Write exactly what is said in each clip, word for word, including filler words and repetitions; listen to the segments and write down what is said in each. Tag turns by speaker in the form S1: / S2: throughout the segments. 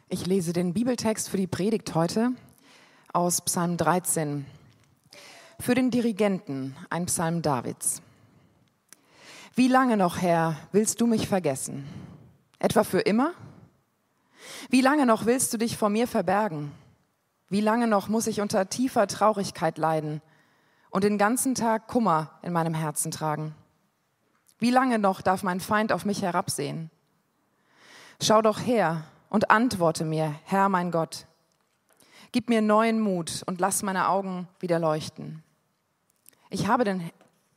S1: Ich lese den Bibeltext für die Predigt heute aus Psalm dreizehn. Für den Dirigenten, ein Psalm Davids. Wie lange noch, Herr, willst du mich vergessen? Etwa für immer? Wie lange noch willst du dich vor mir verbergen? Wie lange noch muss ich unter tiefer Traurigkeit leiden und den ganzen Tag Kummer in meinem Herzen tragen? Wie lange noch darf mein Feind auf mich herabsehen? Schau doch her und antworte mir, Herr mein Gott. Gib mir neuen Mut und lass meine Augen wieder leuchten. Ich habe den,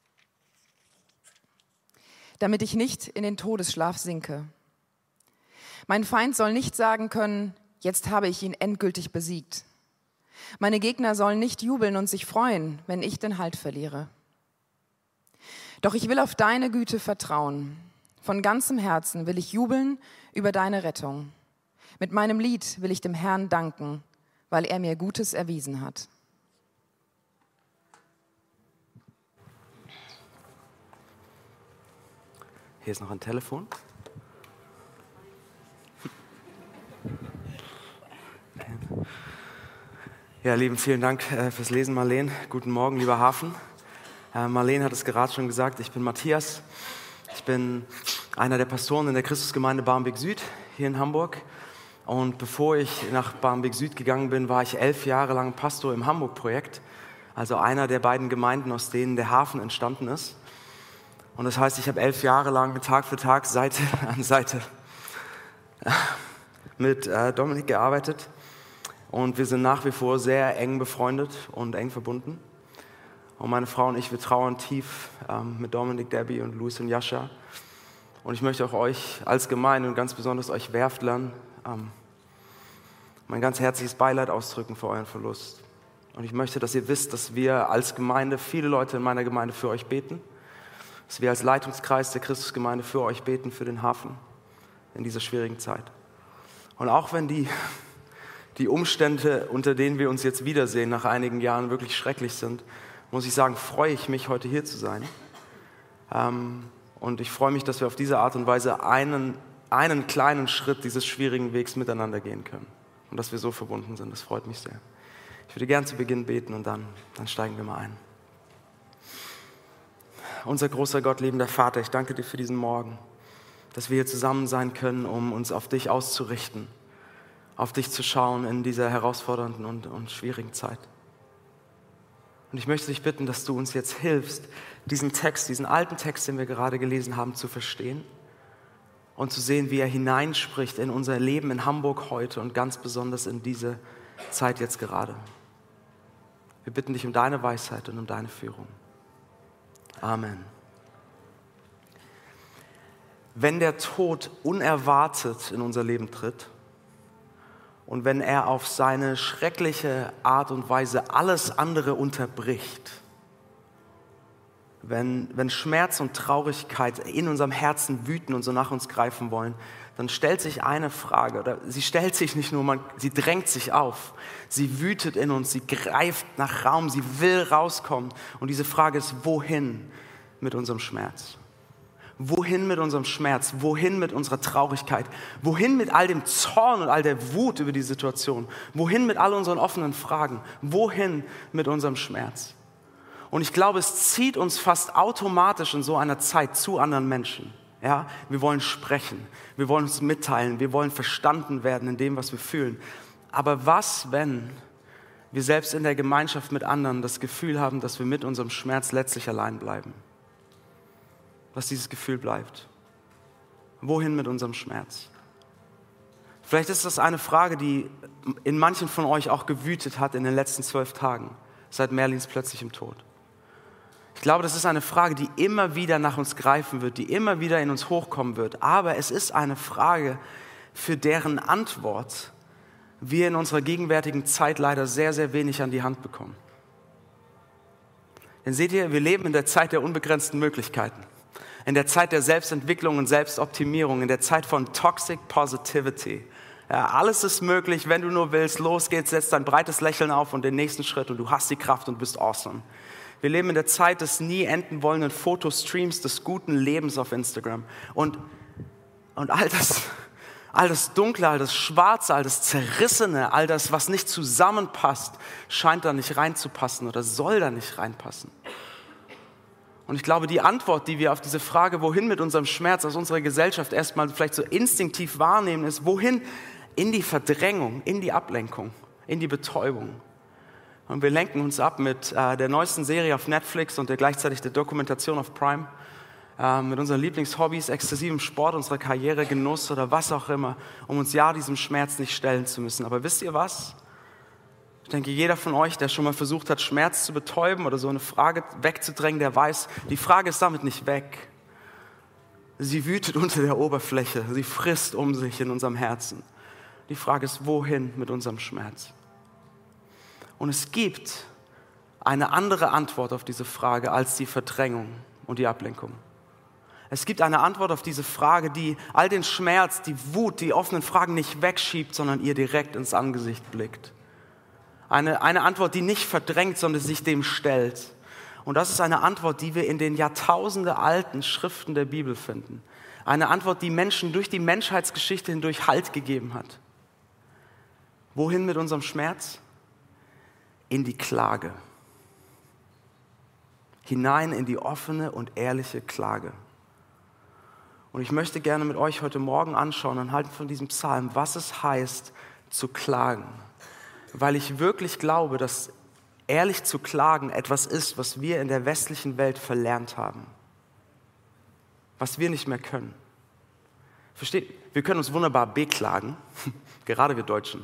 S1: damit ich nicht in den Todesschlaf sinke. Mein Feind soll nicht sagen können, jetzt habe ich ihn endgültig besiegt. Meine Gegner sollen nicht jubeln und sich freuen, wenn ich den Halt verliere. Doch ich will auf deine Güte vertrauen. Von ganzem Herzen will ich jubeln über deine Rettung. Mit meinem Lied will ich dem Herrn danken, weil er mir Gutes erwiesen hat.
S2: Hier ist noch ein Telefon. Ja, lieben, vielen Dank fürs Lesen, Marleen. Guten Morgen, lieber Hafen. Marleen hat es gerade schon gesagt, ich bin Matthias. Ich bin einer der Pastoren in der Christusgemeinde Barmbek Süd hier in Hamburg. Und bevor ich nach Barmbek Süd gegangen bin, war ich elf Jahre lang Pastor im Hamburg-Projekt, also einer der beiden Gemeinden, aus denen der Hafen entstanden ist. Und das heißt, ich habe elf Jahre lang Tag für Tag Seite an Seite mit äh, Dominik gearbeitet. Und wir sind nach wie vor sehr eng befreundet und eng verbunden. Und meine Frau und ich, wir trauern tief ähm, mit Dominik, Debbie und Luis und Jascha. Und ich möchte auch euch als Gemeinde und ganz besonders euch Werftlern ähm, mein ganz herzliches Beileid ausdrücken für euren Verlust. Und ich möchte, dass ihr wisst, dass wir als Gemeinde, viele Leute in meiner Gemeinde für euch beten, dass wir als Leitungskreis der Christusgemeinde für euch beten, für den Hafen in dieser schwierigen Zeit. Und auch wenn die, die Umstände, unter denen wir uns jetzt wiedersehen, nach einigen Jahren wirklich schrecklich sind, muss ich sagen, freue ich mich, heute hier zu sein. Ähm, und ich freue mich, dass wir auf diese Art und Weise einen, einen kleinen Schritt dieses schwierigen Wegs miteinander gehen können. Und dass wir so verbunden sind, das freut mich sehr. Ich würde gern zu Beginn beten und dann, dann steigen wir mal ein. Unser großer Gott, liebender Vater, ich danke dir für diesen Morgen, dass wir hier zusammen sein können, um uns auf dich auszurichten, auf dich zu schauen in dieser herausfordernden und, und schwierigen Zeit. Und ich möchte dich bitten, dass du uns jetzt hilfst, diesen Text, diesen alten Text, den wir gerade gelesen haben, zu verstehen und zu sehen, wie er hineinspricht in unser Leben in Hamburg heute und ganz besonders in diese Zeit jetzt gerade. Wir bitten dich um deine Weisheit und um deine Führung. Amen. Wenn der Tod unerwartet in unser Leben tritt und wenn er auf seine schreckliche Art und Weise alles andere unterbricht, wenn, wenn Schmerz und Traurigkeit in unserem Herzen wüten und so nach uns greifen wollen, dann stellt sich eine Frage, oder sie stellt sich nicht nur, man, sie drängt sich auf, sie wütet in uns, sie greift nach Raum, sie will rauskommen. Und diese Frage ist, wohin mit unserem Schmerz? Wohin mit unserem Schmerz? Wohin mit unserer Traurigkeit? Wohin mit all dem Zorn und all der Wut über die Situation? Wohin mit all unseren offenen Fragen? Wohin mit unserem Schmerz? Und ich glaube, es zieht uns fast automatisch in so einer Zeit zu anderen Menschen. Ja, wir wollen sprechen, wir wollen uns mitteilen, wir wollen verstanden werden in dem, was wir fühlen. Aber was, wenn wir selbst in der Gemeinschaft mit anderen das Gefühl haben, dass wir mit unserem Schmerz letztlich allein bleiben? Was dieses Gefühl bleibt. Wohin mit unserem Schmerz? Vielleicht ist das eine Frage, die in manchen von euch auch gewütet hat in den letzten zwölf Tagen, seit Merlins plötzlichem Tod. Ich glaube, das ist eine Frage, die immer wieder nach uns greifen wird, die immer wieder in uns hochkommen wird. Aber es ist eine Frage, für deren Antwort wir in unserer gegenwärtigen Zeit leider sehr, sehr wenig an die Hand bekommen. Denn seht ihr, wir leben in der Zeit der unbegrenzten Möglichkeiten. In der Zeit der Selbstentwicklung und Selbstoptimierung, in der Zeit von Toxic Positivity. Ja, alles ist möglich, wenn du nur willst, los geht's, setz dein breites Lächeln auf und den nächsten Schritt und du hast die Kraft und bist awesome. Wir leben in der Zeit des nie enden wollenden Fotostreams des guten Lebens auf Instagram. Und, und all das, All das Dunkle, all das Schwarze, all das Zerrissene, all das, was nicht zusammenpasst, scheint da nicht reinzupassen oder soll da nicht reinpassen. Und ich glaube, die Antwort, die wir auf diese Frage, wohin mit unserem Schmerz aus unserer Gesellschaft erstmal vielleicht so instinktiv wahrnehmen, ist, wohin? In die Verdrängung, in die Ablenkung, in die Betäubung. Und wir lenken uns ab mit äh, der neuesten Serie auf Netflix und der gleichzeitig der Dokumentation auf Prime, äh, mit unseren Lieblingshobbys, exzessivem Sport, unserer Karriere, Genuss oder was auch immer, um uns ja diesem Schmerz nicht stellen zu müssen. Aber wisst ihr was? Ich denke, jeder von euch, der schon mal versucht hat, Schmerz zu betäuben oder so eine Frage wegzudrängen, der weiß, die Frage ist damit nicht weg. Sie wütet unter der Oberfläche, sie frisst um sich in unserem Herzen. Die Frage ist, wohin mit unserem Schmerz? Und es gibt eine andere Antwort auf diese Frage als die Verdrängung und die Ablenkung. Es gibt eine Antwort auf diese Frage, die all den Schmerz, die Wut, die offenen Fragen nicht wegschiebt, sondern ihr direkt ins Angesicht blickt. Eine, eine Antwort, die nicht verdrängt, sondern sich dem stellt. Und das ist eine Antwort, die wir in den Jahrtausende alten Schriften der Bibel finden. Eine Antwort, die Menschen durch die Menschheitsgeschichte hindurch Halt gegeben hat. Wohin mit unserem Schmerz? In die Klage. Hinein in die offene und ehrliche Klage. Und ich möchte gerne mit euch heute Morgen anschauen, anhand von diesem Psalm, was es heißt, zu klagen. Weil ich wirklich glaube, dass ehrlich zu klagen etwas ist, was wir in der westlichen Welt verlernt haben. Was wir nicht mehr können. Versteht? Wir können uns wunderbar beklagen, gerade wir Deutschen.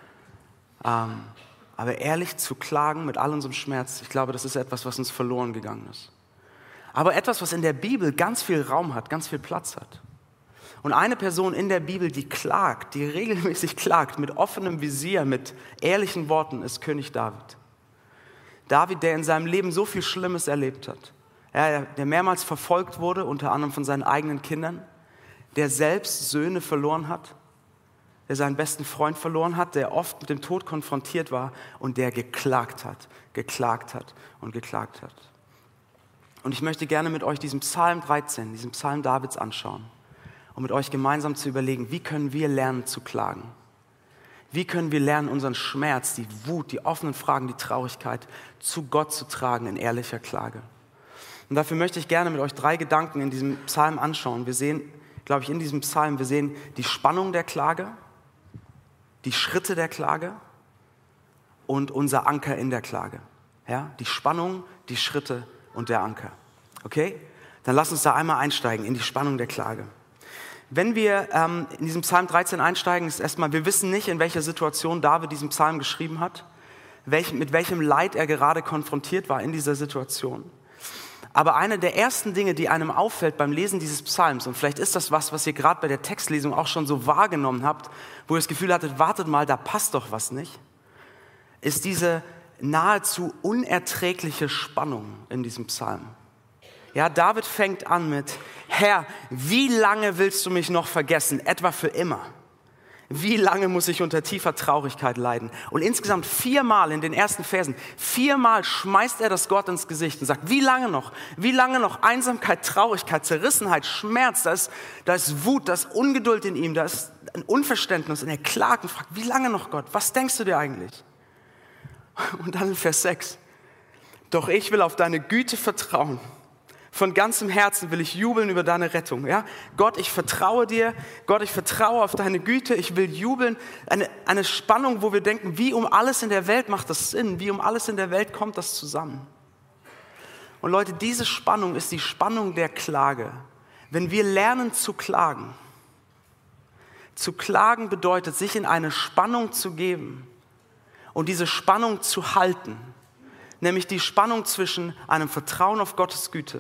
S2: Ähm, aber ehrlich zu klagen mit all unserem Schmerz, ich glaube, das ist etwas, was uns verloren gegangen ist. Aber etwas, was in der Bibel ganz viel Raum hat, ganz viel Platz hat. Und eine Person in der Bibel, die klagt, die regelmäßig klagt, mit offenem Visier, mit ehrlichen Worten, ist König David. David, der in seinem Leben so viel Schlimmes erlebt hat. Ja, der mehrmals verfolgt wurde, unter anderem von seinen eigenen Kindern. Der selbst Söhne verloren hat. Der seinen besten Freund verloren hat, der oft mit dem Tod konfrontiert war und der geklagt hat, geklagt hat und geklagt hat. Und ich möchte gerne mit euch diesen Psalm dreizehn, diesen Psalm Davids anschauen. Um mit euch gemeinsam zu überlegen, wie können wir lernen zu klagen? Wie können wir lernen, unseren Schmerz, die Wut, die offenen Fragen, die Traurigkeit zu Gott zu tragen in ehrlicher Klage? Und dafür möchte ich gerne mit euch drei Gedanken in diesem Psalm anschauen. Wir sehen, glaube ich, in diesem Psalm, wir sehen die Spannung der Klage, die Schritte der Klage und unser Anker in der Klage. Ja? Die Spannung, die Schritte und der Anker. Okay? Dann lass uns da einmal einsteigen in die Spannung der Klage. Wenn wir ähm, in diesem Psalm dreizehn einsteigen, ist erstmal, wir wissen nicht, in welcher Situation David diesen Psalm geschrieben hat, welch, mit welchem Leid er gerade konfrontiert war in dieser Situation. Aber eine der ersten Dinge, die einem auffällt beim Lesen dieses Psalms, und vielleicht ist das was, was ihr gerade bei der Textlesung auch schon so wahrgenommen habt, wo ihr das Gefühl hattet, wartet mal, da passt doch was nicht, ist diese nahezu unerträgliche Spannung in diesem Psalm. Ja, David fängt an mit, Herr, wie lange willst du mich noch vergessen? Etwa für immer. Wie lange muss ich unter tiefer Traurigkeit leiden? Und insgesamt viermal in den ersten Versen, viermal schmeißt er das Gott ins Gesicht und sagt, wie lange noch? Wie lange noch? Einsamkeit, Traurigkeit, Zerrissenheit, Schmerz, da ist, da ist Wut, da ist Ungeduld in ihm, da ist ein Unverständnis. Und er klagt und fragt, wie lange noch, Gott? Was denkst du dir eigentlich? Und dann in Vers sechs, doch ich will auf deine Güte vertrauen. Von ganzem Herzen will ich jubeln über deine Rettung. Ja? Gott, ich vertraue dir. Gott, ich vertraue auf deine Güte. Ich will jubeln. Eine, eine Spannung, wo wir denken, wie um alles in der Welt macht das Sinn? Wie um alles in der Welt kommt das zusammen? Und Leute, diese Spannung ist die Spannung der Klage. Wenn wir lernen zu klagen, zu klagen bedeutet, sich in eine Spannung zu geben und diese Spannung zu halten. Nämlich die Spannung zwischen einem Vertrauen auf Gottes Güte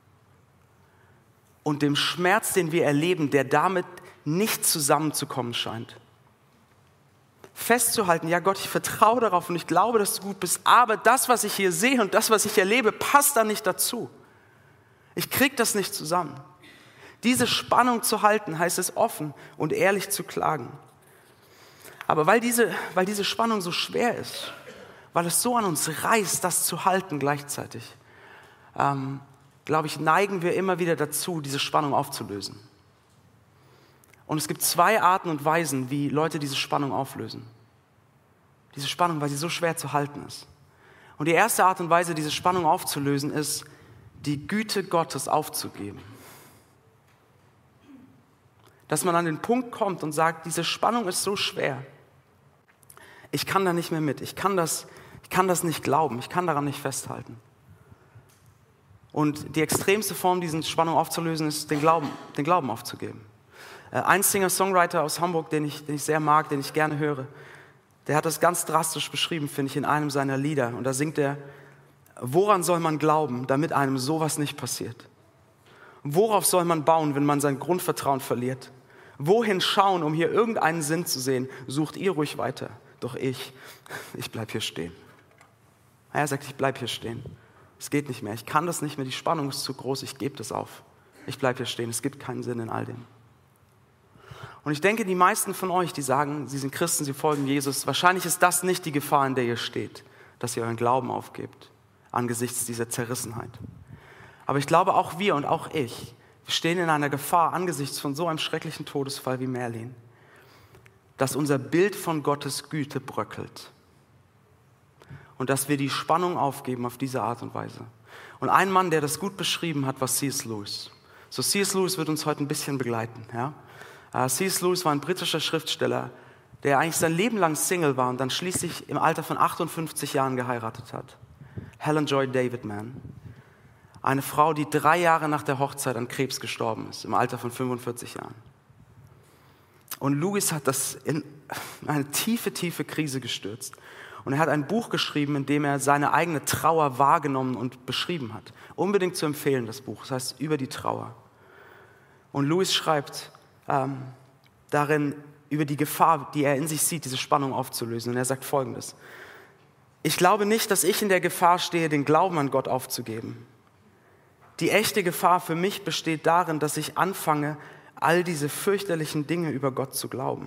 S2: und dem Schmerz, den wir erleben, der damit nicht zusammenzukommen scheint. Festzuhalten, ja Gott, ich vertraue darauf und ich glaube, dass du gut bist, aber das, was ich hier sehe und das, was ich erlebe, passt da nicht dazu. Ich kriege das nicht zusammen. Diese Spannung zu halten, heißt es offen und ehrlich zu klagen. Aber weil diese, weil diese Spannung so schwer ist, weil es so an uns reißt, das zu halten gleichzeitig, ähm, glaube ich, neigen wir immer wieder dazu, diese Spannung aufzulösen. Und es gibt zwei Arten und Weisen, wie Leute diese Spannung auflösen. Diese Spannung, weil sie so schwer zu halten ist. Und die erste Art und Weise, diese Spannung aufzulösen, ist, die Güte Gottes aufzugeben. Dass man an den Punkt kommt und sagt, diese Spannung ist so schwer. Ich kann da nicht mehr mit. Ich kann das, ich kann das nicht glauben. Ich kann daran nicht festhalten. Und die extremste Form, diese Spannung aufzulösen, ist, den Glauben, den Glauben aufzugeben. Ein Singer-Songwriter aus Hamburg, den ich, den ich sehr mag, den ich gerne höre, der hat das ganz drastisch beschrieben, finde ich, in einem seiner Lieder. Und da singt er, woran soll man glauben, damit einem sowas nicht passiert? Worauf soll man bauen, wenn man sein Grundvertrauen verliert? Wohin schauen, um hier irgendeinen Sinn zu sehen? Sucht ihr ruhig weiter. Doch ich, ich bleib hier stehen. Er sagt, ich bleib hier stehen. Es geht nicht mehr. Ich kann das nicht mehr. Die Spannung ist zu groß. Ich gebe das auf. Ich bleib hier stehen. Es gibt keinen Sinn in all dem. Und ich denke, die meisten von euch, die sagen, sie sind Christen, sie folgen Jesus, wahrscheinlich ist das nicht die Gefahr, in der ihr steht, dass ihr euren Glauben aufgebt, angesichts dieser Zerrissenheit. Aber ich glaube, auch wir und auch ich, wir stehen in einer Gefahr angesichts von so einem schrecklichen Todesfall wie Merlin, dass unser Bild von Gottes Güte bröckelt und dass wir die Spannung aufgeben auf diese Art und Weise. Und ein Mann, der das gut beschrieben hat, war C S Lewis. So, C S Lewis wird uns heute ein bisschen begleiten. Ja? Uh, C S Lewis war ein britischer Schriftsteller, der eigentlich sein Leben lang Single war und dann schließlich im Alter von achtundfünfzig Jahren geheiratet hat. Helen Joy Davidman. Eine Frau, die drei Jahre nach der Hochzeit an Krebs gestorben ist, im Alter von fünfundvierzig Jahren. Und Lewis hat das in eine tiefe, tiefe Krise gestürzt. Und er hat ein Buch geschrieben, in dem er seine eigene Trauer wahrgenommen und beschrieben hat. Unbedingt zu empfehlen, das Buch. Das heißt, über die Trauer. Und Lewis schreibt ähm, darin über die Gefahr, die er in sich sieht, diese Spannung aufzulösen. Und er sagt Folgendes. Ich glaube nicht, dass ich in der Gefahr stehe, den Glauben an Gott aufzugeben. Die echte Gefahr für mich besteht darin, dass ich anfange, all diese fürchterlichen Dinge über Gott zu glauben.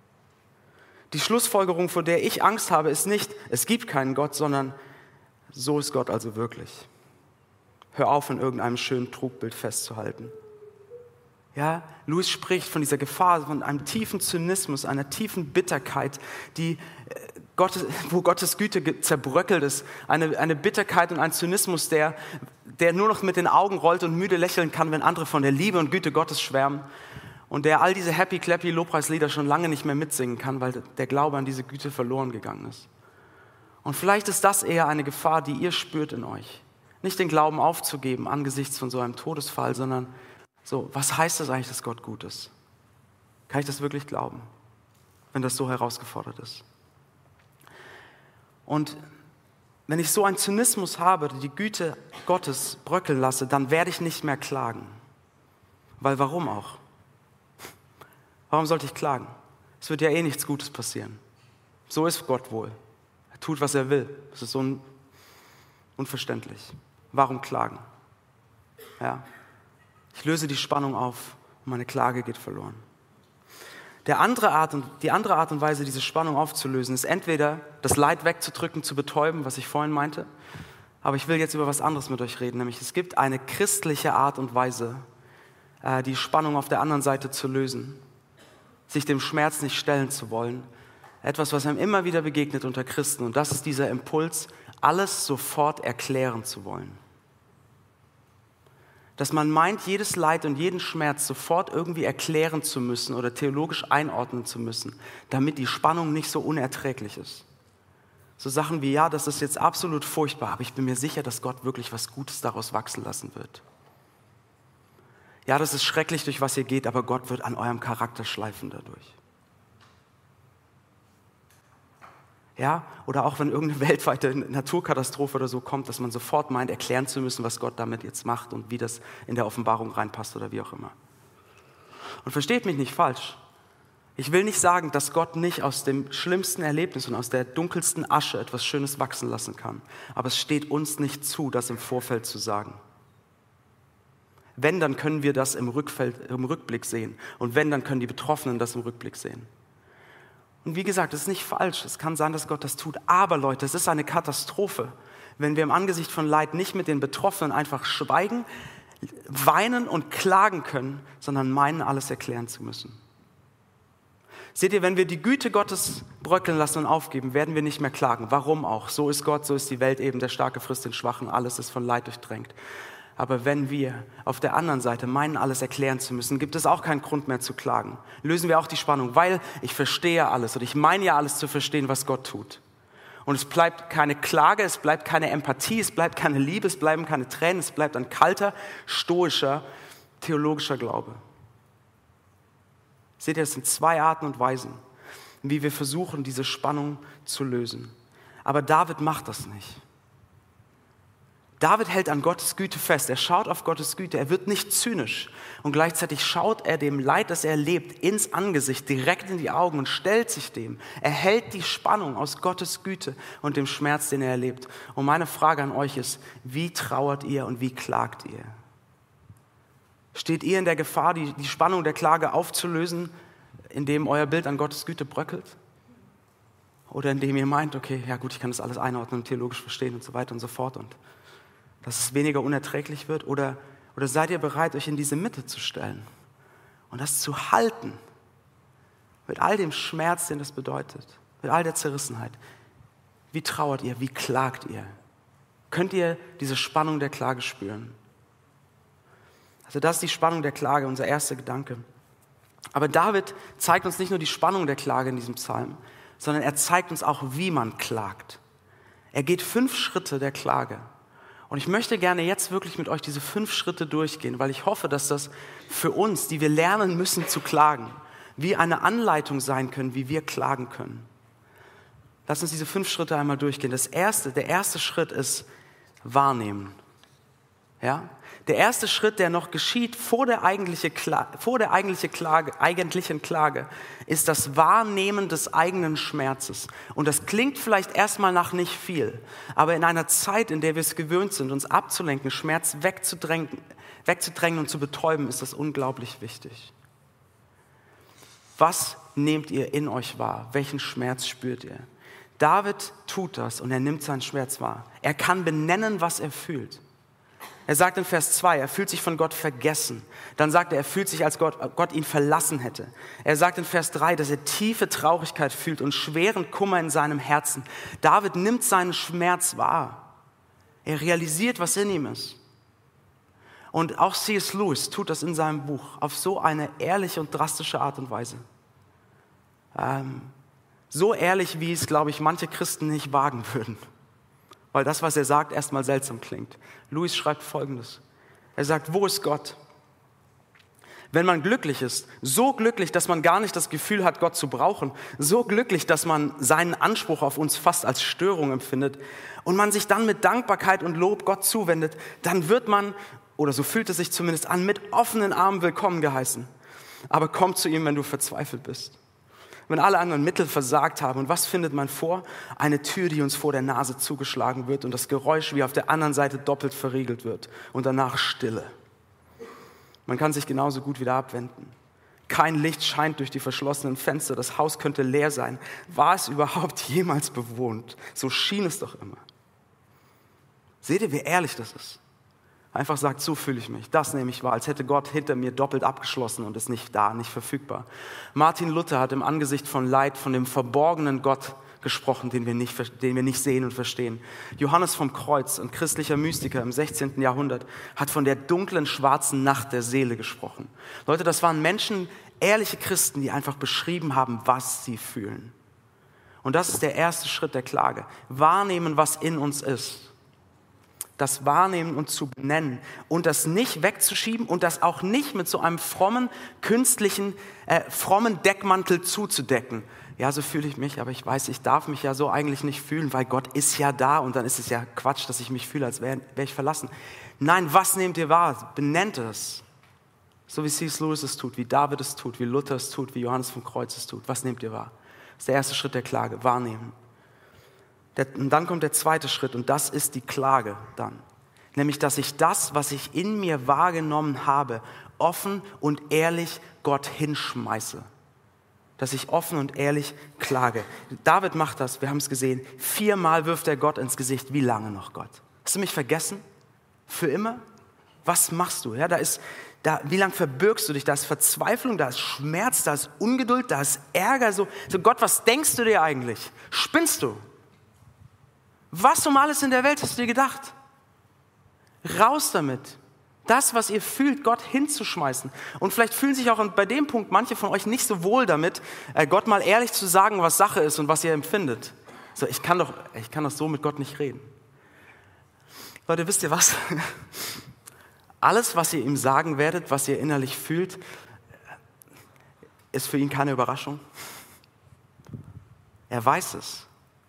S2: Die Schlussfolgerung, vor der ich Angst habe, ist nicht, es gibt keinen Gott, sondern so ist Gott also wirklich. Hör auf, in irgendeinem schönen Trugbild festzuhalten. Ja, Lewis spricht von dieser Gefahr, von einem tiefen Zynismus, einer tiefen Bitterkeit, die Gottes, wo Gottes Güte zerbröckelt ist. Eine, eine Bitterkeit und ein Zynismus, der, der nur noch mit den Augen rollt und müde lächeln kann, wenn andere von der Liebe und Güte Gottes schwärmen. Und der all diese happy-clappy Lobpreislieder schon lange nicht mehr mitsingen kann, weil der Glaube an diese Güte verloren gegangen ist. Und vielleicht ist das eher eine Gefahr, die ihr spürt in euch. Nicht den Glauben aufzugeben angesichts von so einem Todesfall, sondern so, was heißt das eigentlich, dass Gott gut ist? Kann ich das wirklich glauben, wenn das so herausgefordert ist? Und wenn ich so einen Zynismus habe, die Güte Gottes bröckeln lasse, dann werde ich nicht mehr klagen. Weil warum auch? Warum sollte ich klagen? Es wird ja eh nichts Gutes passieren. So ist Gott wohl. Er tut, was er will. Das ist so un- unverständlich. Warum klagen? Ja. Ich löse die Spannung auf und meine Klage geht verloren. Der andere Art und, die andere Art und Weise, diese Spannung aufzulösen, ist entweder das Leid wegzudrücken, zu betäuben, was ich vorhin meinte. Aber ich will jetzt über was anderes mit euch reden, nämlich es gibt eine christliche Art und Weise, äh, die Spannung auf der anderen Seite zu lösen, sich dem Schmerz nicht stellen zu wollen. Etwas, was einem immer wieder begegnet unter Christen. Und das ist dieser Impuls, alles sofort erklären zu wollen. Dass man meint, jedes Leid und jeden Schmerz sofort irgendwie erklären zu müssen oder theologisch einordnen zu müssen, damit die Spannung nicht so unerträglich ist. So Sachen wie, ja, das ist jetzt absolut furchtbar, aber ich bin mir sicher, dass Gott wirklich was Gutes daraus wachsen lassen wird. Ja, das ist schrecklich, durch was ihr geht, aber Gott wird an eurem Charakter schleifen dadurch. Ja, oder auch wenn irgendeine weltweite Naturkatastrophe oder so kommt, dass man sofort meint, erklären zu müssen, was Gott damit jetzt macht und wie das in der Offenbarung reinpasst oder wie auch immer. Und versteht mich nicht falsch. Ich will nicht sagen, dass Gott nicht aus dem schlimmsten Erlebnis und aus der dunkelsten Asche etwas Schönes wachsen lassen kann. Aber es steht uns nicht zu, das im Vorfeld zu sagen. Wenn, dann können wir das im, Rückfeld, im Rückblick sehen. Und wenn, dann können die Betroffenen das im Rückblick sehen. Und wie gesagt, es ist nicht falsch. Es kann sein, dass Gott das tut. Aber Leute, es ist eine Katastrophe, wenn wir im Angesicht von Leid nicht mit den Betroffenen einfach schweigen, weinen und klagen können, sondern meinen, alles erklären zu müssen. Seht ihr, wenn wir die Güte Gottes bröckeln lassen und aufgeben, werden wir nicht mehr klagen. Warum auch? So ist Gott, so ist die Welt eben. Der Starke frisst den Schwachen, alles ist von Leid durchdrängt. Aber wenn wir auf der anderen Seite meinen, alles erklären zu müssen, gibt es auch keinen Grund mehr zu klagen. Lösen wir auch die Spannung, weil ich verstehe alles und ich meine ja alles zu verstehen, was Gott tut. Und es bleibt keine Klage, es bleibt keine Empathie, es bleibt keine Liebe, es bleiben keine Tränen, es bleibt ein kalter, stoischer, theologischer Glaube. Seht ihr, es sind zwei Arten und Weisen, wie wir versuchen, diese Spannung zu lösen. Aber David macht das nicht. David hält an Gottes Güte fest, er schaut auf Gottes Güte, er wird nicht zynisch und gleichzeitig schaut er dem Leid, das er erlebt, ins Angesicht, direkt in die Augen und stellt sich dem. Er hält die Spannung aus Gottes Güte und dem Schmerz, den er erlebt. Und meine Frage an euch ist, wie trauert ihr und wie klagt ihr? Steht ihr in der Gefahr, die, die Spannung der Klage aufzulösen, indem euer Bild an Gottes Güte bröckelt? Oder indem ihr meint, okay, ja gut, ich kann das alles einordnen und theologisch verstehen und so weiter und so fort und dass es weniger unerträglich wird? Oder, oder seid ihr bereit, euch in diese Mitte zu stellen und das zu halten mit all dem Schmerz, den das bedeutet, mit all der Zerrissenheit? Wie trauert ihr? Wie klagt ihr? Könnt ihr diese Spannung der Klage spüren? Also das ist die Spannung der Klage, unser erster Gedanke. Aber David zeigt uns nicht nur die Spannung der Klage in diesem Psalm, sondern er zeigt uns auch, wie man klagt. Er geht fünf Schritte der Klage. Und ich möchte gerne jetzt wirklich mit euch diese fünf Schritte durchgehen, weil ich hoffe, dass das für uns, die wir lernen müssen zu klagen, wie eine Anleitung sein können, wie wir klagen können. Lass uns diese fünf Schritte einmal durchgehen. Das erste, der erste Schritt ist wahrnehmen. Ja? Der erste Schritt, der noch geschieht vor der, eigentliche Klage, vor der eigentliche Klage, eigentlichen Klage, ist das Wahrnehmen des eigenen Schmerzes. Und das klingt vielleicht erstmal nach nicht viel, aber in einer Zeit, in der wir es gewöhnt sind, uns abzulenken, Schmerz wegzudrängen, wegzudrängen und zu betäuben, ist das unglaublich wichtig. Was nehmt ihr in euch wahr? Welchen Schmerz spürt ihr? David tut das und er nimmt seinen Schmerz wahr. Er kann benennen, was er fühlt. Er sagt in Vers zwei, er fühlt sich von Gott vergessen. Dann sagt er, er fühlt sich, als Gott, Gott ihn verlassen hätte. Er sagt in Vers drei, dass er tiefe Traurigkeit fühlt und schweren Kummer in seinem Herzen. David nimmt seinen Schmerz wahr. Er realisiert, was in ihm ist. Und auch C S Lewis tut das in seinem Buch auf so eine ehrliche und drastische Art und Weise. Ähm, so ehrlich, wie es, glaube ich, manche Christen nicht wagen würden. Weil das, was er sagt, erstmal seltsam klingt. Lewis schreibt Folgendes. Er sagt, wo ist Gott? Wenn man glücklich ist, so glücklich, dass man gar nicht das Gefühl hat, Gott zu brauchen, so glücklich, dass man seinen Anspruch auf uns fast als Störung empfindet und man sich dann mit Dankbarkeit und Lob Gott zuwendet, dann wird man, oder so fühlt es sich zumindest an, mit offenen Armen willkommen geheißen. Aber komm zu ihm, wenn du verzweifelt bist. Wenn alle anderen Mittel versagt haben. Und was findet man vor? Eine Tür, die uns vor der Nase zugeschlagen wird und das Geräusch wie auf der anderen Seite doppelt verriegelt wird. Und danach Stille. Man kann sich genauso gut wieder abwenden. Kein Licht scheint durch die verschlossenen Fenster. Das Haus könnte leer sein. War es überhaupt jemals bewohnt? So schien es doch immer. Seht ihr, wie ehrlich das ist? Einfach sagt, so fühle ich mich. Das nehme ich wahr, als hätte Gott hinter mir doppelt abgeschlossen und ist nicht da, nicht verfügbar. Martin Luther hat im Angesicht von Leid von dem verborgenen Gott gesprochen, den wir nicht, den wir nicht sehen und verstehen. Johannes vom Kreuz, ein christlicher Mystiker im sechzehnten Jahrhundert, hat von der dunklen, schwarzen Nacht der Seele gesprochen. Leute, das waren Menschen, ehrliche Christen, die einfach beschrieben haben, was sie fühlen. Und das ist der erste Schritt der Klage. Wahrnehmen, was in uns ist. Das wahrnehmen und zu benennen und das nicht wegzuschieben und das auch nicht mit so einem frommen, künstlichen, äh, frommen Deckmantel zuzudecken. Ja, so fühle ich mich, aber ich weiß, ich darf mich ja so eigentlich nicht fühlen, weil Gott ist ja da und dann ist es ja Quatsch, dass ich mich fühle, als wäre wär ich verlassen. Nein, was nehmt ihr wahr? Benennt es. So wie C S Lewis es tut, wie David es tut, wie Luther es tut, wie Johannes vom Kreuz es tut. Was nehmt ihr wahr? Das ist der erste Schritt der Klage, wahrnehmen. Und dann kommt der zweite Schritt und das ist die Klage dann. Nämlich, dass ich das, was ich in mir wahrgenommen habe, offen und ehrlich Gott hinschmeiße. Dass ich offen und ehrlich klage. David macht das, wir haben es gesehen, viermal wirft er Gott ins Gesicht. Wie lange noch, Gott? Hast du mich vergessen? Für immer? Was machst du? Ja, da ist, da, wie lange verbirgst du dich? Da ist Verzweiflung, da ist Schmerz, da ist Ungeduld, da ist Ärger. So, so Gott, was denkst du dir eigentlich? Spinnst du? Was um alles in der Welt hast du dir gedacht? Raus damit. Das, was ihr fühlt, Gott hinzuschmeißen. Und vielleicht fühlen sich auch bei dem Punkt manche von euch nicht so wohl damit, Gott mal ehrlich zu sagen, was Sache ist und was ihr empfindet. So, ich kann doch, ich kann doch so mit Gott nicht reden. Leute, wisst ihr was? Alles, was ihr ihm sagen werdet, was ihr innerlich fühlt, ist für ihn keine Überraschung. Er weiß es.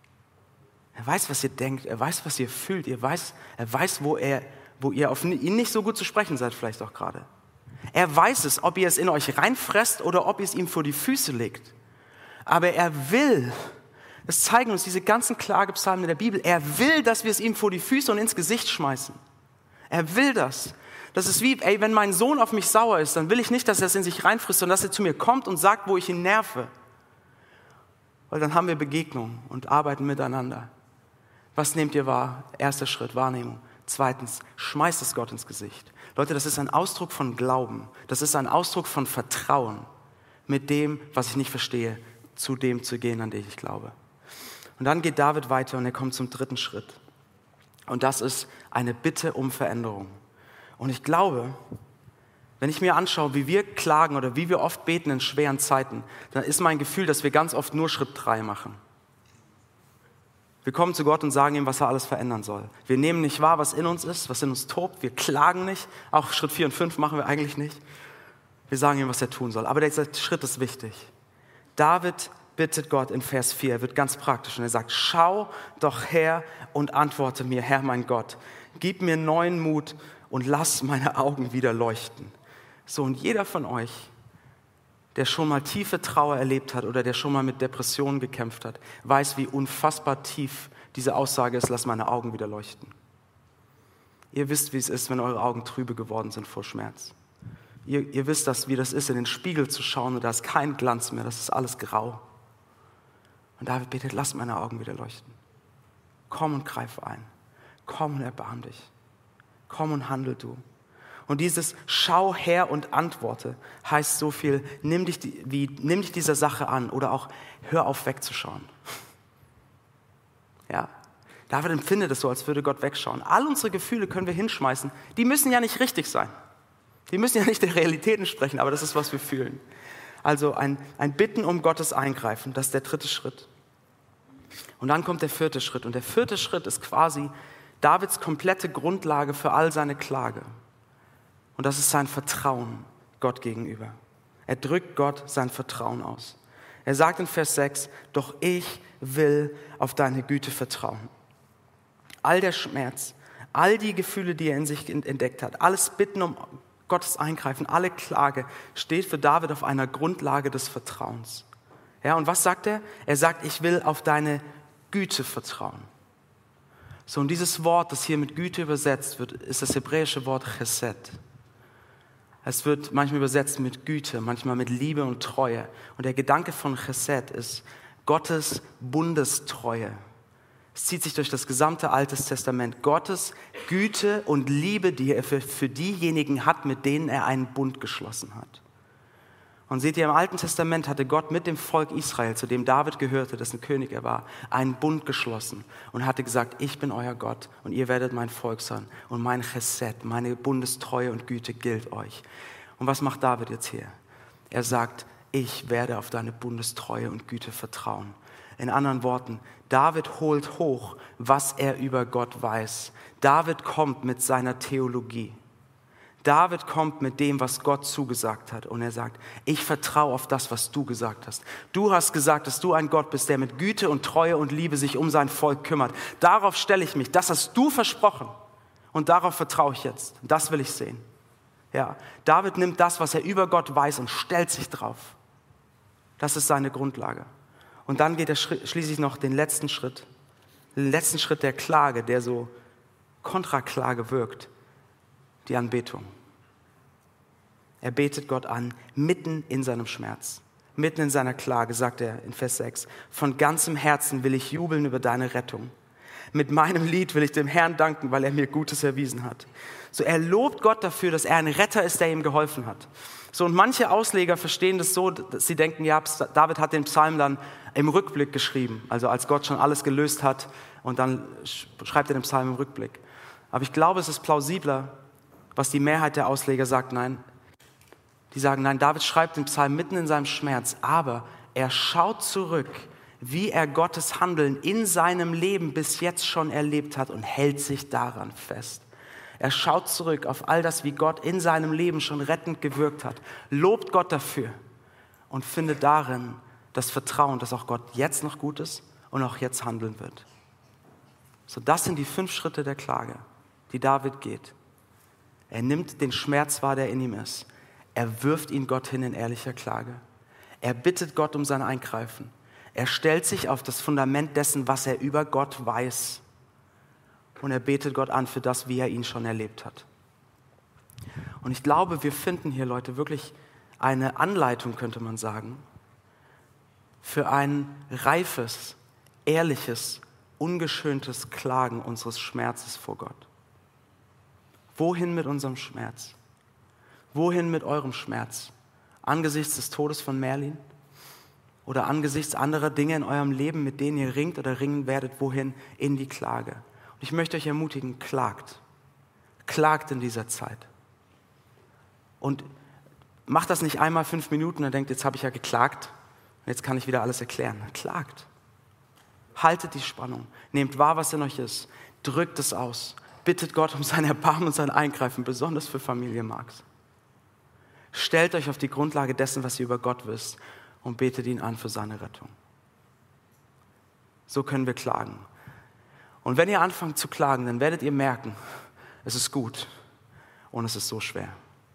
S2: Er weiß, was ihr denkt. Er weiß, was ihr fühlt. Er weiß, er weiß, wo er wo ihr auf ihn nicht so gut zu sprechen seid, vielleicht auch gerade. Er weiß es, ob ihr es in euch reinfresst oder ob ihr es ihm vor die Füße legt. Aber er will, das zeigen uns diese ganzen Klagepsalmen in der Bibel, er will, dass wir es ihm vor die Füße und ins Gesicht schmeißen. Er will das. Das ist wie, ey, wenn mein Sohn auf mich sauer ist, dann will ich nicht, dass er es in sich reinfrisst, sondern dass er zu mir kommt und sagt, wo ich ihn nerve. Weil dann haben wir Begegnungen und arbeiten miteinander. Was nehmt ihr wahr? Erster Schritt, Wahrnehmung. Zweitens, schmeißt es Gott ins Gesicht. Leute, das ist ein Ausdruck von Glauben. Das ist ein Ausdruck von Vertrauen, mit dem, was ich nicht verstehe, zu dem zu gehen, an den ich glaube. Und dann geht David weiter und er kommt zum dritten Schritt. Und das ist eine Bitte um Veränderung. Und ich glaube, wenn ich mir anschaue, wie wir klagen oder wie wir oft beten in schweren Zeiten, dann ist mein Gefühl, dass wir ganz oft nur Schritt drei machen. Wir kommen zu Gott und sagen ihm, was er alles verändern soll. Wir nehmen nicht wahr, was in uns ist, was in uns tobt. Wir klagen nicht. Auch Schritt vier und fünf machen wir eigentlich nicht. Wir sagen ihm, was er tun soll. Aber dieser Schritt ist wichtig. David bittet Gott in Vers vier, er wird ganz praktisch und er sagt, schau doch her und antworte mir, Herr mein Gott. Gib mir neuen Mut und lass meine Augen wieder leuchten. So, und jeder von euch, der schon mal tiefe Trauer erlebt hat oder der schon mal mit Depressionen gekämpft hat, weiß, wie unfassbar tief diese Aussage ist, lass meine Augen wieder leuchten. Ihr wisst, wie es ist, wenn eure Augen trübe geworden sind vor Schmerz. Ihr, ihr wisst, das, wie das ist, in den Spiegel zu schauen und da ist kein Glanz mehr, das ist alles grau. Und David betet, lass meine Augen wieder leuchten. Komm und greif ein. Komm und erbarm dich. Komm und handel du. Und dieses Schau her und antworte heißt so viel, nimm dich, die, wie, nimm dich dieser Sache an oder auch hör auf wegzuschauen. Ja, David empfindet es so, als würde Gott wegschauen. All unsere Gefühle können wir hinschmeißen. Die müssen ja nicht richtig sein. Die müssen ja nicht der Realität entsprechen, aber das ist, was wir fühlen. Also ein, ein Bitten um Gottes Eingreifen, das ist der dritte Schritt. Und dann kommt der vierte Schritt. Und der vierte Schritt ist quasi Davids komplette Grundlage für all seine Klage. Und das ist sein Vertrauen Gott gegenüber. Er drückt Gott sein Vertrauen aus. Er sagt in Vers sechs, doch ich will auf deine Güte vertrauen. All der Schmerz, all die Gefühle, die er in sich entdeckt hat, alles Bitten um Gottes Eingreifen, alle Klage, steht für David auf einer Grundlage des Vertrauens. Ja, und was sagt er? Er sagt, ich will auf deine Güte vertrauen. So, und dieses Wort, das hier mit Güte übersetzt wird, ist das hebräische Wort Chesed. Es wird manchmal übersetzt mit Güte, manchmal mit Liebe und Treue. Und der Gedanke von Chesed ist Gottes Bundestreue. Es zieht sich durch das gesamte Alte Testament. Gottes Güte und Liebe, die er für, für diejenigen hat, mit denen er einen Bund geschlossen hat. Und seht ihr, im Alten Testament hatte Gott mit dem Volk Israel, zu dem David gehörte, dessen König er war, einen Bund geschlossen und hatte gesagt, ich bin euer Gott und ihr werdet mein Volk sein und mein Chesed, meine Bundestreue und Güte gilt euch. Und was macht David jetzt hier? Er sagt, ich werde auf deine Bundestreue und Güte vertrauen. In anderen Worten, David holt hoch, was er über Gott weiß. David kommt mit seiner Theologie. David kommt mit dem, was Gott zugesagt hat und er sagt, ich vertraue auf das, was du gesagt hast. Du hast gesagt, dass du ein Gott bist, der mit Güte und Treue und Liebe sich um sein Volk kümmert. Darauf stelle ich mich, das hast du versprochen und darauf vertraue ich jetzt. Das will ich sehen. Ja, David nimmt das, was er über Gott weiß und stellt sich drauf. Das ist seine Grundlage. Und dann geht er schließlich noch den letzten Schritt, den letzten Schritt der Klage, der so Kontraklage wirkt, die Anbetung. Er betet Gott an, mitten in seinem Schmerz, mitten in seiner Klage, sagt er in Vers sechs, von ganzem Herzen will ich jubeln über deine Rettung. Mit meinem Lied will ich dem Herrn danken, weil er mir Gutes erwiesen hat. So, er lobt Gott dafür, dass er ein Retter ist, der ihm geholfen hat. So, und manche Ausleger verstehen das so, dass sie denken, ja, David hat den Psalm dann im Rückblick geschrieben, also als Gott schon alles gelöst hat und dann schreibt er den Psalm im Rückblick. Aber ich glaube, es ist plausibler, was die Mehrheit der Ausleger sagt, nein. Die sagen, nein, David schreibt den Psalm mitten in seinem Schmerz, aber er schaut zurück, wie er Gottes Handeln in seinem Leben bis jetzt schon erlebt hat und hält sich daran fest. Er schaut zurück auf all das, wie Gott in seinem Leben schon rettend gewirkt hat, lobt Gott dafür und findet darin das Vertrauen, dass auch Gott jetzt noch gut ist und auch jetzt handeln wird. So, das sind die fünf Schritte der Klage, die David geht. Er nimmt den Schmerz wahr, der in ihm ist. Er wirft ihn Gott hin in ehrlicher Klage. Er bittet Gott um sein Eingreifen. Er stellt sich auf das Fundament dessen, was er über Gott weiß. Und er betet Gott an für das, wie er ihn schon erlebt hat. Und ich glaube, wir finden hier, Leute, wirklich eine Anleitung, könnte man sagen, für ein reifes, ehrliches, ungeschöntes Klagen unseres Schmerzes vor Gott. Wohin mit unserem Schmerz? Wohin mit eurem Schmerz? Angesichts des Todes von Merlin? Oder angesichts anderer Dinge in eurem Leben, mit denen ihr ringt oder ringen werdet, wohin? In die Klage. Und ich möchte euch ermutigen, klagt. Klagt in dieser Zeit. Und macht das nicht einmal fünf Minuten und denkt, jetzt habe ich ja geklagt und jetzt kann ich wieder alles erklären. Klagt. Haltet die Spannung. Nehmt wahr, was in euch ist. Drückt es aus. Bittet Gott um sein Erbarmen und sein Eingreifen, besonders für Familie Marx. Stellt euch auf die Grundlage dessen, was ihr über Gott wisst, und betet ihn an für seine Rettung. So können wir klagen. Und wenn ihr anfangt zu klagen, dann werdet ihr merken, es ist gut und es ist so schwer.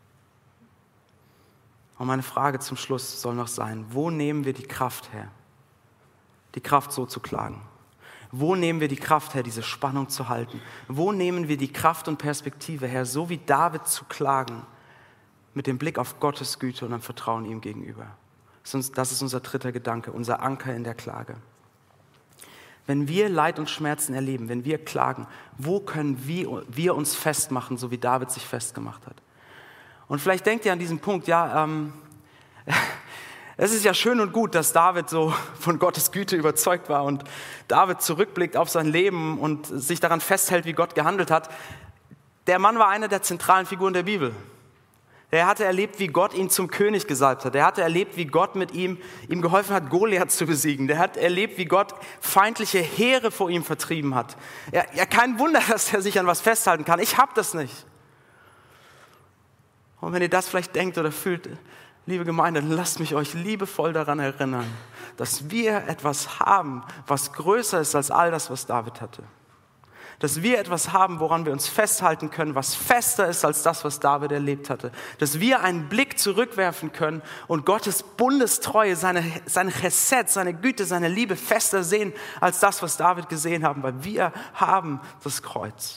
S2: Und meine Frage zum Schluss soll noch sein, wo nehmen wir die Kraft her, die Kraft so zu klagen? Wo nehmen wir die Kraft her, diese Spannung zu halten? Wo nehmen wir die Kraft und Perspektive her, so wie David zu klagen, mit dem Blick auf Gottes Güte und am Vertrauen ihm gegenüber? Das ist unser dritter Gedanke, unser Anker in der Klage. Wenn wir Leid und Schmerzen erleben, wenn wir klagen, wo können wir, wir uns festmachen, so wie David sich festgemacht hat? Und vielleicht denkt ihr an diesen Punkt, ja, ähm, es ist ja schön und gut, dass David so von Gottes Güte überzeugt war und David zurückblickt auf sein Leben und sich daran festhält, wie Gott gehandelt hat. Der Mann war eine der zentralen Figuren der Bibel. Er hatte erlebt, wie Gott ihn zum König gesalbt hat. Er hatte erlebt, wie Gott mit ihm, ihm geholfen hat, Goliath zu besiegen. Der hat erlebt, wie Gott feindliche Heere vor ihm vertrieben hat. Ja, ja, kein Wunder, dass er sich an was festhalten kann. Ich habe das nicht. Und wenn ihr das vielleicht denkt oder fühlt, liebe Gemeinde, dann lasst mich euch liebevoll daran erinnern, dass wir etwas haben, was größer ist als all das, was David hatte. Dass wir etwas haben, woran wir uns festhalten können, was fester ist als das, was David erlebt hatte. Dass wir einen Blick zurückwerfen können und Gottes Bundestreue, seine, seine Chesed, seine Güte, seine Liebe fester sehen als das, was David gesehen haben, weil wir haben das Kreuz.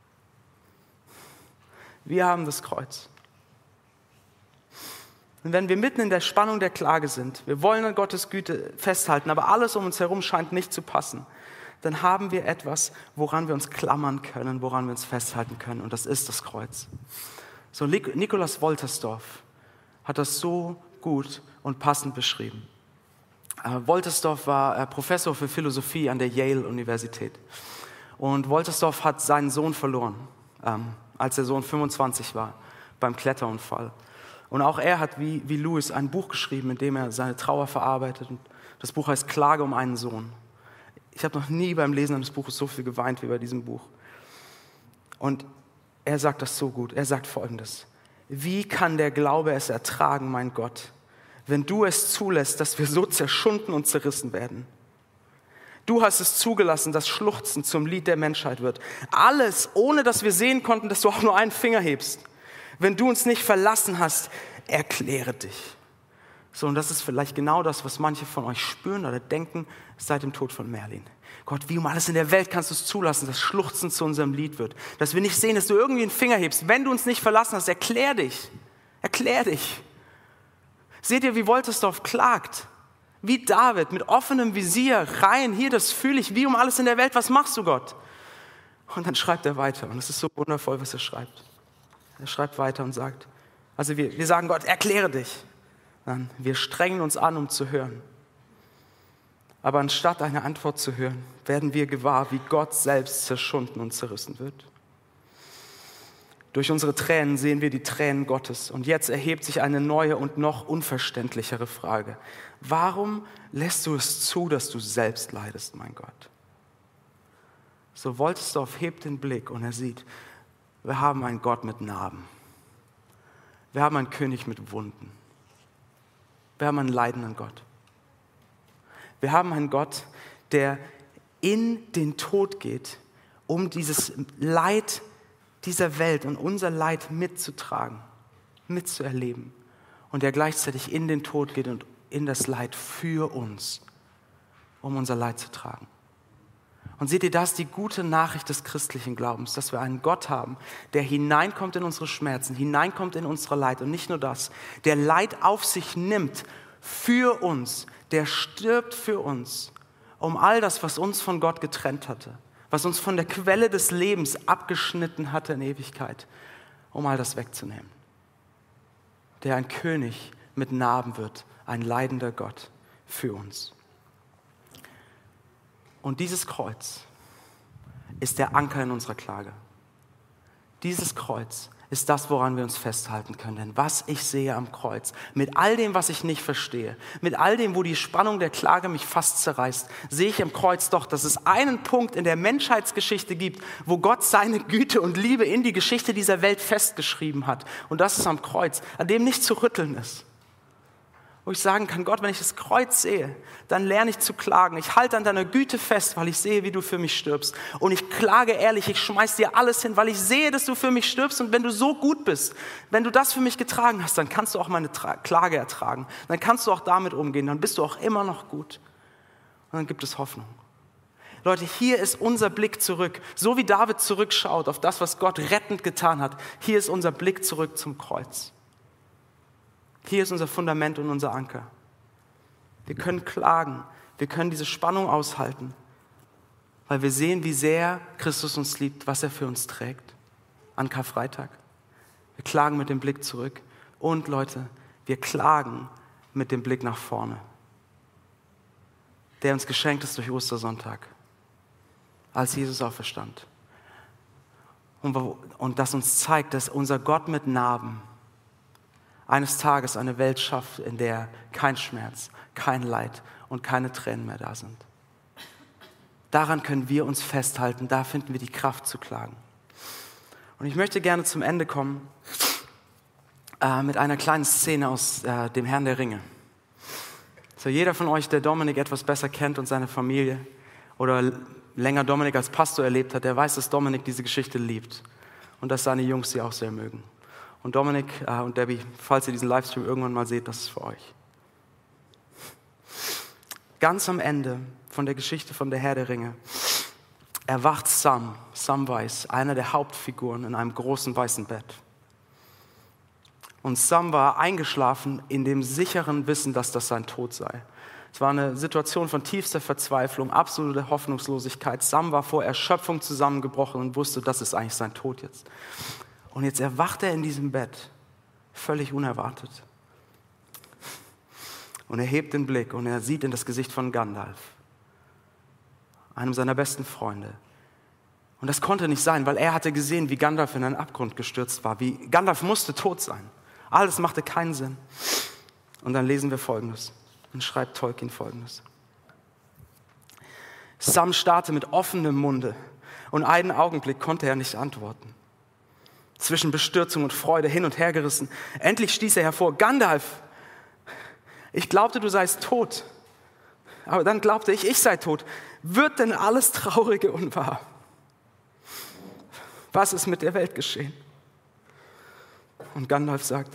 S2: Wir haben das Kreuz. Und wenn wir mitten in der Spannung der Klage sind, wir wollen an Gottes Güte festhalten, aber alles um uns herum scheint nicht zu passen, dann haben wir etwas, woran wir uns klammern können, woran wir uns festhalten können. Und das ist das Kreuz. So, Nikolaus Wolterstorff hat das so gut und passend beschrieben. Äh, Wolterstorff war äh, Professor für Philosophie an der Yale-Universität. Und Wolterstorff hat seinen Sohn verloren, ähm, als der Sohn fünfundzwanzig war, beim Kletterunfall. Und auch er hat, wie, wie Lewis, ein Buch geschrieben, in dem er seine Trauer verarbeitet. Und das Buch heißt Klage um einen Sohn. Ich habe noch nie beim Lesen eines Buches so viel geweint wie bei diesem Buch. Und er sagt das so gut. Er sagt Folgendes: Wie kann der Glaube es ertragen, mein Gott, wenn du es zulässt, dass wir so zerschunden und zerrissen werden? Du hast es zugelassen, dass Schluchzen zum Lied der Menschheit wird. Alles, ohne dass wir sehen konnten, dass du auch nur einen Finger hebst. Wenn du uns nicht verlassen hast, erkläre dich. So, und das ist vielleicht genau das, was manche von euch spüren oder denken seit dem Tod von Merlin. Gott, wie um alles in der Welt kannst du es zulassen, dass Schluchzen zu unserem Lied wird. Dass wir nicht sehen, dass du irgendwie einen Finger hebst. Wenn du uns nicht verlassen hast, erklär dich. Erklär dich. Seht ihr, wie Wolterstorff klagt? Wie David, mit offenem Visier, rein, hier, das fühle ich, wie um alles in der Welt, was machst du, Gott? Und dann schreibt er weiter und es ist so wundervoll, was er schreibt. Er schreibt weiter und sagt, also wir, wir sagen Gott, erkläre dich. Dann, wir strengen uns an, um zu hören. Aber anstatt eine Antwort zu hören, werden wir gewahr, wie Gott selbst zerschunden und zerrissen wird. Durch unsere Tränen sehen wir die Tränen Gottes. Und jetzt erhebt sich eine neue und noch unverständlichere Frage. Warum lässt du es zu, dass du selbst leidest, mein Gott? So Woltersdorf hebt den Blick und er sieht, wir haben einen Gott mit Narben. Wir haben einen König mit Wunden. Wir haben einen leidenden Gott. Wir haben einen Gott, der in den Tod geht, um dieses Leid dieser Welt und unser Leid mitzutragen, mitzuerleben. Und der gleichzeitig in den Tod geht und in das Leid für uns, um unser Leid zu tragen. Und seht ihr, das ist die gute Nachricht des christlichen Glaubens, dass wir einen Gott haben, der hineinkommt in unsere Schmerzen, hineinkommt in unsere Leid. Und nicht nur das, der Leid auf sich nimmt für uns, der stirbt für uns, um all das, was uns von Gott getrennt hatte, was uns von der Quelle des Lebens abgeschnitten hatte in Ewigkeit, um all das wegzunehmen. Der ein König mit Narben wird, ein leidender Gott für uns. Und dieses Kreuz ist der Anker in unserer Klage. Dieses Kreuz ist das, woran wir uns festhalten können. Denn was ich sehe am Kreuz, mit all dem, was ich nicht verstehe, mit all dem, wo die Spannung der Klage mich fast zerreißt, sehe ich am Kreuz doch, dass es einen Punkt in der Menschheitsgeschichte gibt, wo Gott seine Güte und Liebe in die Geschichte dieser Welt festgeschrieben hat. Und das ist am Kreuz, an dem nicht zu rütteln ist. Wo ich sagen kann, Gott, wenn ich das Kreuz sehe, dann lerne ich zu klagen. Ich halte an deiner Güte fest, weil ich sehe, wie du für mich stirbst. Und ich klage ehrlich, ich schmeiß dir alles hin, weil ich sehe, dass du für mich stirbst. Und wenn du so gut bist, wenn du das für mich getragen hast, dann kannst du auch meine Tra- Klage ertragen. Dann kannst du auch damit umgehen. Dann bist du auch immer noch gut. Und dann gibt es Hoffnung. Leute, hier ist unser Blick zurück. So wie David zurückschaut auf das, was Gott rettend getan hat. Hier ist unser Blick zurück zum Kreuz. Hier ist unser Fundament und unser Anker. Wir können klagen, wir können diese Spannung aushalten, weil wir sehen, wie sehr Christus uns liebt, was er für uns trägt an Karfreitag. Wir klagen mit dem Blick zurück und Leute, wir klagen mit dem Blick nach vorne, der uns geschenkt ist durch Ostersonntag, als Jesus auferstand. Und, und das uns zeigt, dass unser Gott mit Narben eines Tages eine Welt schafft, in der kein Schmerz, kein Leid und keine Tränen mehr da sind. Daran können wir uns festhalten, da finden wir die Kraft zu klagen. Und ich möchte gerne zum Ende kommen äh, mit einer kleinen Szene aus äh, dem Herrn der Ringe. So, jeder von euch, der Dominik etwas besser kennt und seine Familie oder länger Dominik als Pastor erlebt hat, der weiß, dass Dominik diese Geschichte liebt und dass seine Jungs sie auch sehr mögen. Und Dominik äh, und Debbie, falls ihr diesen Livestream irgendwann mal seht, das ist für euch. Ganz am Ende von der Geschichte von der Herr der Ringe erwacht Sam, Samwise, einer der Hauptfiguren in einem großen weißen Bett. Und Sam war eingeschlafen in dem sicheren Wissen, dass das sein Tod sei. Es war eine Situation von tiefster Verzweiflung, absolute Hoffnungslosigkeit. Sam war vor Erschöpfung zusammengebrochen und wusste, das ist eigentlich sein Tod jetzt. Und jetzt erwacht er in diesem Bett, völlig unerwartet. Und er hebt den Blick und er sieht in das Gesicht von Gandalf, einem seiner besten Freunde. Und das konnte nicht sein, weil er hatte gesehen, wie Gandalf in einen Abgrund gestürzt war. Wie Gandalf musste tot sein. Alles machte keinen Sinn. Und dann lesen wir Folgendes. Und schreibt Tolkien Folgendes. Sam starrte mit offenem Munde und einen Augenblick konnte er nicht antworten. Zwischen Bestürzung und Freude hin und her gerissen. Endlich stieß er hervor, Gandalf, ich glaubte, du seist tot. Aber dann glaubte ich, ich sei tot. Wird denn alles Traurige unwahr? Was ist mit der Welt geschehen? Und Gandalf sagt,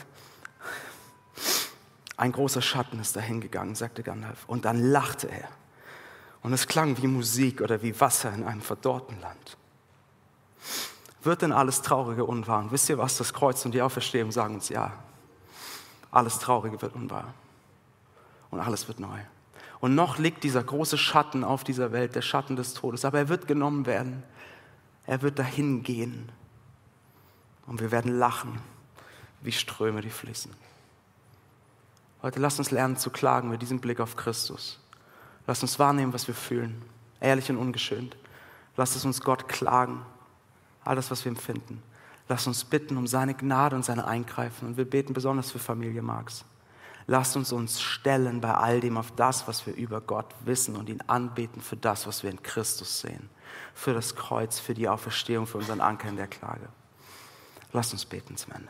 S2: ein großer Schatten ist dahingegangen, sagte Gandalf. Und dann lachte er. Und es klang wie Musik oder wie Wasser in einem verdorrten Land. Wird denn alles Traurige unwahr? Und wisst ihr was? Das Kreuz und die Auferstehung sagen uns ja. Alles Traurige wird unwahr. Und alles wird neu. Und noch liegt dieser große Schatten auf dieser Welt, der Schatten des Todes. Aber er wird genommen werden. Er wird dahin gehen. Und wir werden lachen, wie Ströme, die fließen. Heute lasst uns lernen zu klagen mit diesem Blick auf Christus. Lasst uns wahrnehmen, was wir fühlen. Ehrlich und ungeschönt. Lasst es uns Gott klagen. Alles, was wir empfinden. Lasst uns bitten um seine Gnade und seine Eingreifen. Und wir beten besonders für Familie Marx. Lasst uns uns stellen bei all dem auf das, was wir über Gott wissen und ihn anbeten für das, was wir in Christus sehen. Für das Kreuz, für die Auferstehung, für unseren Anker in der Klage. Lasst uns beten zum Ende.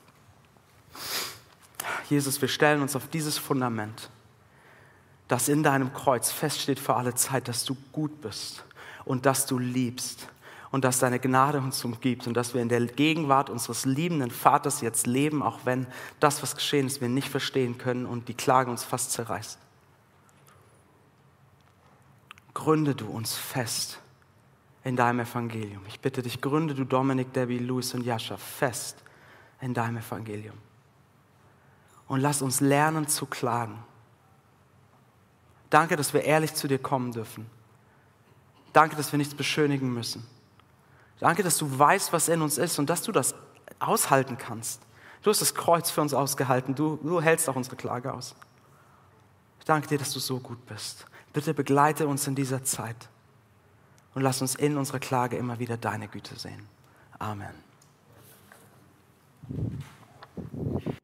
S2: Jesus, wir stellen uns auf dieses Fundament, dass in deinem Kreuz feststeht für alle Zeit, dass du gut bist und dass du liebst. Und dass deine Gnade uns umgibt und dass wir in der Gegenwart unseres liebenden Vaters jetzt leben, auch wenn das, was geschehen ist, wir nicht verstehen können und die Klage uns fast zerreißt. Gründe du uns fest in deinem Evangelium. Ich bitte dich, gründe du Dominik, Debbie, Luis und Jascha fest in deinem Evangelium. Und lass uns lernen zu klagen. Danke, dass wir ehrlich zu dir kommen dürfen. Danke, dass wir nichts beschönigen müssen. Danke, dass du weißt, was in uns ist und dass du das aushalten kannst. Du hast das Kreuz für uns ausgehalten. Du, du hältst auch unsere Klage aus. Ich danke dir, dass du so gut bist. Bitte begleite uns in dieser Zeit und lass uns in unserer Klage immer wieder deine Güte sehen. Amen.